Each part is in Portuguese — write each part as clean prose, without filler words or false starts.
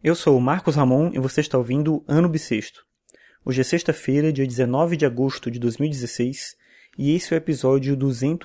Eu sou o Marcos Ramon e você está ouvindo o Ano Bissexto. Hoje é sexta-feira, dia 19 de agosto de 2016, e esse é o episódio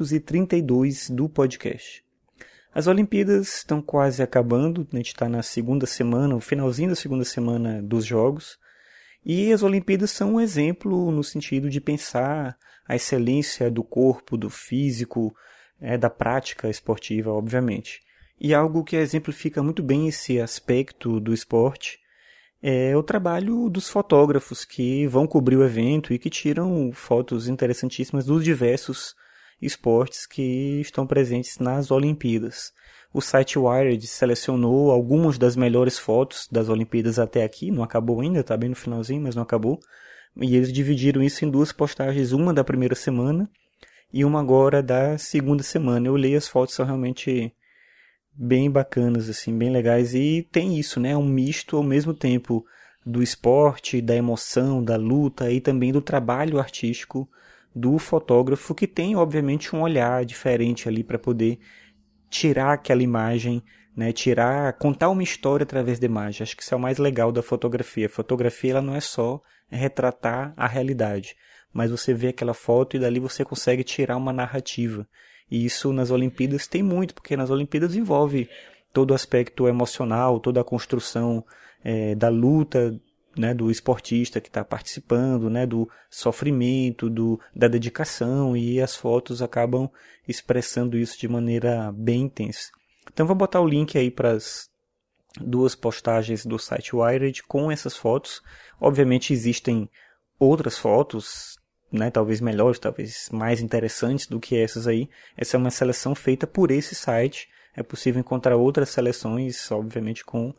232 do podcast. As Olimpíadas estão quase acabando, a gente está na segunda semana, o finalzinho da segunda semana dos Jogos, e as Olimpíadas são um exemplo no sentido de pensar a excelência do corpo, do físico, da prática esportiva, obviamente. E algo que exemplifica muito bem esse aspecto do esporte é o trabalho dos fotógrafos que vão cobrir o evento e que tiram fotos interessantíssimas dos diversos esportes que estão presentes nas Olimpíadas. O site Wired selecionou algumas das melhores fotos das Olimpíadas até aqui, não acabou ainda, está bem no finalzinho, mas não acabou. E eles dividiram isso em duas postagens, uma da primeira semana e uma agora da segunda semana. Eu olhei, as fotos são realmente bem bacanas, assim, bem legais, e tem isso, né, um misto ao mesmo tempo do esporte, da emoção, da luta e também do trabalho artístico do fotógrafo, que tem, obviamente, um olhar diferente ali para poder tirar aquela imagem, né, contar uma história através da imagem. Acho que isso é o mais legal da fotografia. A fotografia, ela não é só retratar a realidade, mas você vê aquela foto e dali você consegue tirar uma narrativa. E isso nas Olimpíadas tem muito, porque nas Olimpíadas envolve todo o aspecto emocional, toda a construção da luta, né, do esportista que está participando, né, do sofrimento, da dedicação, e as fotos acabam expressando isso de maneira bem intensa. Então vou botar o link aí para as duas postagens do site Wired com essas fotos. Obviamente existem outras fotos, né, talvez melhores, talvez mais interessantes do que essas aí. Essa é uma seleção feita por esse site. É possível encontrar outras seleções, obviamente com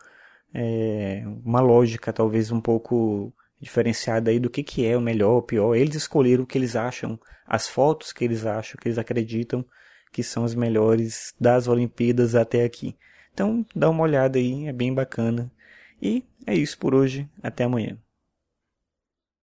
uma lógica talvez um pouco diferenciada aí do que é o melhor ou o pior. Eles escolheram o que eles acham, as fotos que eles acham, que eles acreditam que são as melhores das Olimpíadas até aqui. Então dá uma olhada aí, é bem bacana. E é isso por hoje, até amanhã.